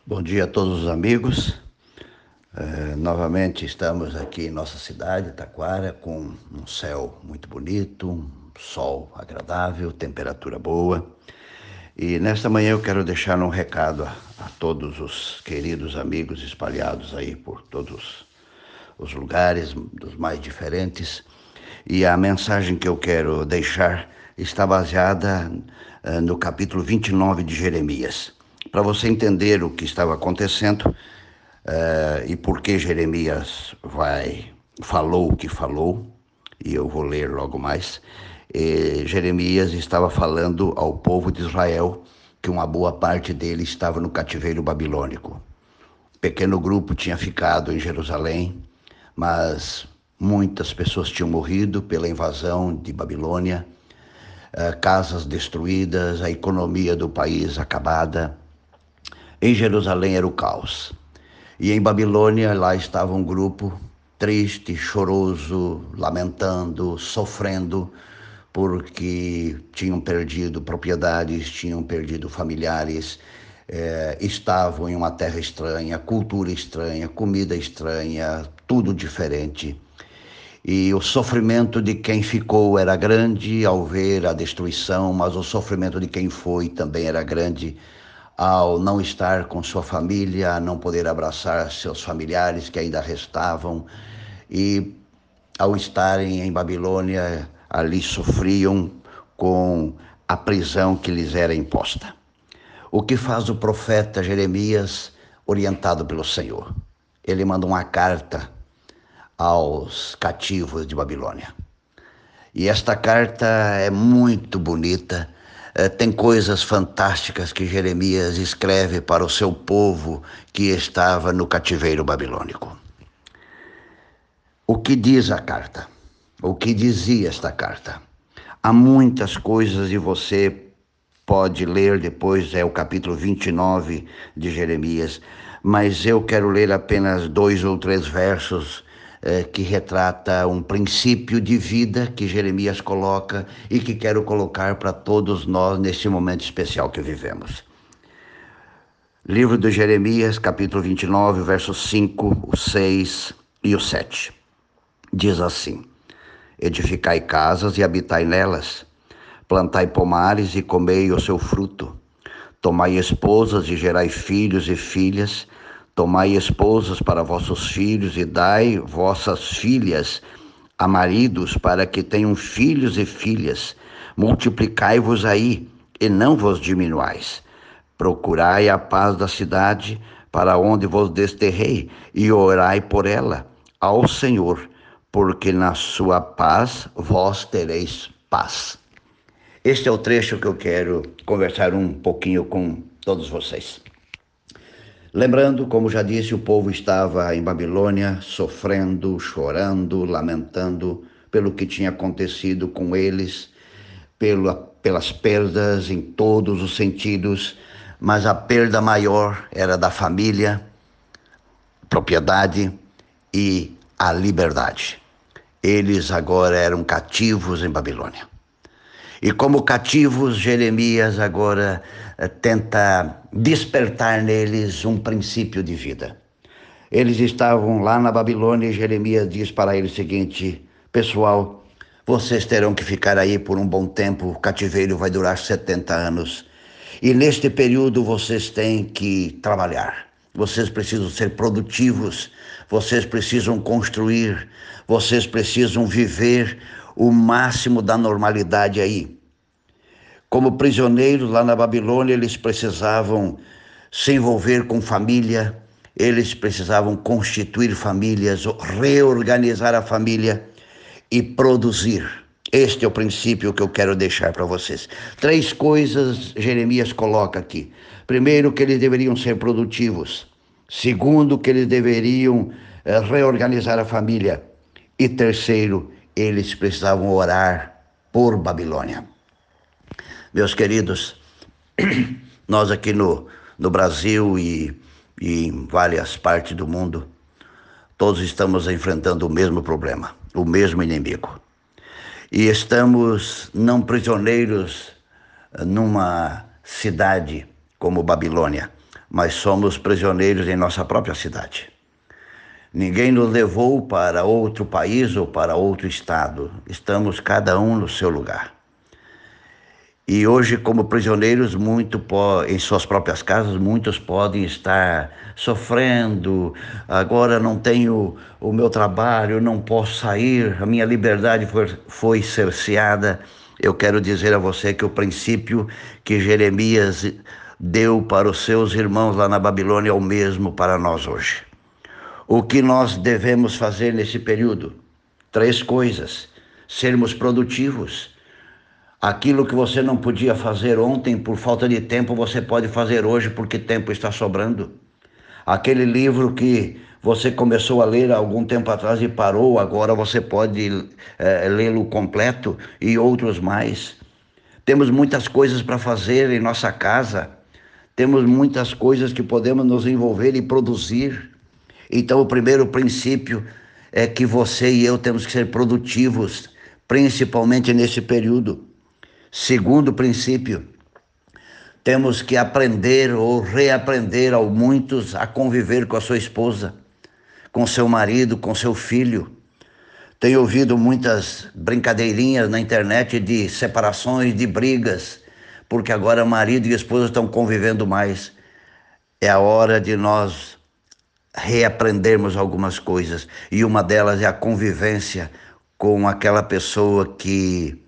Bom dia a todos os amigos. Novamente estamos aqui em nossa cidade, Taquara, com um céu muito bonito, um sol agradável, temperatura boa. E nesta manhã eu quero deixar um recado a todos os queridos amigos espalhados aí por todos os lugares, dos mais diferentes. E a mensagem que eu quero deixar está baseada no capítulo 29 de Jeremias. Para você entender o que estava acontecendo e por que Jeremias falou o que falou, e eu vou ler logo mais. Jeremias estava falando ao povo de Israel que uma boa parte dele estava no cativeiro babilônico. Pequeno grupo tinha ficado em Jerusalém, mas muitas pessoas tinham morrido pela invasão de Babilônia, casas destruídas, a economia do país acabada. Em Jerusalém era o caos. E em Babilônia, lá estava um grupo triste, choroso, lamentando, sofrendo, porque tinham perdido propriedades, tinham perdido familiares, estavam em uma terra estranha, cultura estranha, comida estranha, tudo diferente. E o sofrimento de quem ficou era grande ao ver a destruição, mas o sofrimento de quem foi também era grande ao não estar com sua família, não poder abraçar seus familiares que ainda restavam, e ao estarem em Babilônia, ali sofriam com a prisão que lhes era imposta. O que faz o profeta Jeremias, orientado pelo Senhor? Ele manda uma carta aos cativos de Babilônia. E esta carta é muito bonita, tem coisas fantásticas que Jeremias escreve para o seu povo que estava no cativeiro babilônico. O que diz a carta? O que dizia esta carta? Há muitas coisas e você pode ler depois, é o capítulo 29 de Jeremias, mas eu quero ler apenas 2 ou 3 versos que retrata um princípio de vida que Jeremias coloca e que quero colocar para todos nós neste momento especial que vivemos. Livro de Jeremias, capítulo 29, versos 5, o 6 e o 7. Diz assim: edificai casas e habitai nelas, plantai pomares e comei o seu fruto. Tomai esposas e gerai filhos e filhas. Tomai esposas para vossos filhos e dai vossas filhas a maridos para que tenham filhos e filhas. Multiplicai-vos aí e não vos diminuais. Procurai a paz da cidade para onde vos desterrei e orai por ela ao Senhor, porque na sua paz vós tereis paz. Este é o trecho que eu quero conversar um pouquinho com todos vocês. Lembrando, como já disse, o povo estava em Babilônia, sofrendo, chorando, lamentando pelo que tinha acontecido com eles, pelas perdas em todos os sentidos, mas a perda maior era da família, propriedade e a liberdade. Eles agora eram cativos em Babilônia. E como cativos, Jeremias agora tenta despertar neles um princípio de vida. Eles estavam lá na Babilônia e Jeremias diz para eles o seguinte: pessoal, vocês terão que ficar aí por um bom tempo, o cativeiro vai durar 70 anos. E neste período vocês têm que trabalhar. Vocês precisam ser produtivos, vocês precisam construir, vocês precisam viver o máximo da normalidade aí. Como prisioneiros lá na Babilônia, eles precisavam se envolver com família, eles precisavam constituir famílias, reorganizar a família e produzir. Este é o princípio que eu quero deixar para vocês. 3 coisas Jeremias coloca aqui. Primeiro, que eles deveriam ser produtivos. Segundo, que eles deveriam reorganizar a família. E terceiro, eles precisavam orar por Babilônia. Meus queridos, nós aqui no Brasil e em várias partes do mundo, todos estamos enfrentando o mesmo problema, o mesmo inimigo. E estamos não prisioneiros numa cidade como Babilônia, mas somos prisioneiros em nossa própria cidade. Ninguém nos levou para outro país ou para outro estado. Estamos cada um no seu lugar. E hoje, como prisioneiros, em suas próprias casas, muitos podem estar sofrendo. Agora não tenho o meu trabalho, não posso sair, a minha liberdade foi cerceada. Eu quero dizer a você que o princípio que Jeremias deu para os seus irmãos lá na Babilônia é o mesmo para nós hoje. O que nós devemos fazer nesse período? 3 coisas: sermos produtivos. Aquilo que você não podia fazer ontem por falta de tempo, você pode fazer hoje porque tempo está sobrando. Aquele livro que você começou a ler há algum tempo atrás e parou, agora você pode lê-lo completo e outros mais. Temos muitas coisas para fazer em nossa casa. Temos muitas coisas que podemos nos envolver e produzir. Então, o primeiro princípio é que você e eu temos que ser produtivos, principalmente nesse período. Segundo princípio, temos que aprender ou reaprender ao muitos a conviver com a sua esposa, com seu marido, com seu filho. Tenho ouvido muitas brincadeirinhas na internet de separações, de brigas, porque agora marido e esposa estão convivendo mais. É a hora de nós reaprendermos algumas coisas, e uma delas é a convivência com aquela pessoa que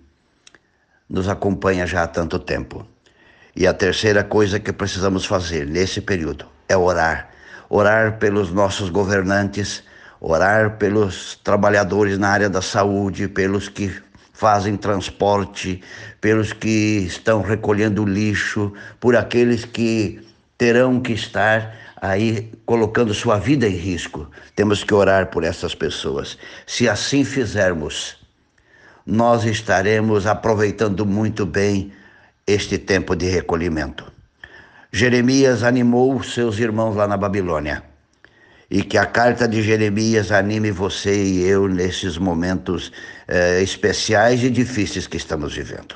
nos acompanha já há tanto tempo. E a terceira coisa que precisamos fazer nesse período é orar. Orar pelos nossos governantes, orar pelos trabalhadores na área da saúde, pelos que fazem transporte, pelos que estão recolhendo lixo, por aqueles que terão que estar aí colocando sua vida em risco. Temos que orar por essas pessoas. Se assim fizermos, nós estaremos aproveitando muito bem este tempo de recolhimento. Jeremias animou seus irmãos lá na Babilônia. E que a carta de Jeremias anime você e eu nesses momentos especiais e difíceis que estamos vivendo.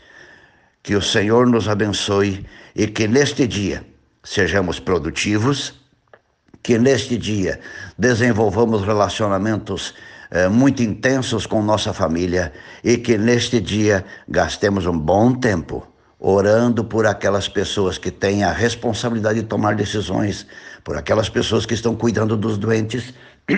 Que o Senhor nos abençoe e que neste dia sejamos produtivos, que neste dia desenvolvamos relacionamentos muito intensos com nossa família e que neste dia gastemos um bom tempo orando por aquelas pessoas que têm a responsabilidade de tomar decisões, por aquelas pessoas que estão cuidando dos doentes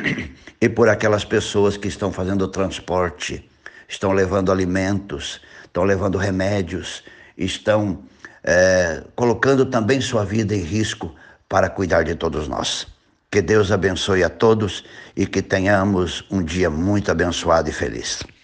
e por aquelas pessoas que estão fazendo transporte, estão levando alimentos, estão levando remédios, estão colocando também sua vida em risco para cuidar de todos nós. Que Deus abençoe a todos e que tenhamos um dia muito abençoado e feliz.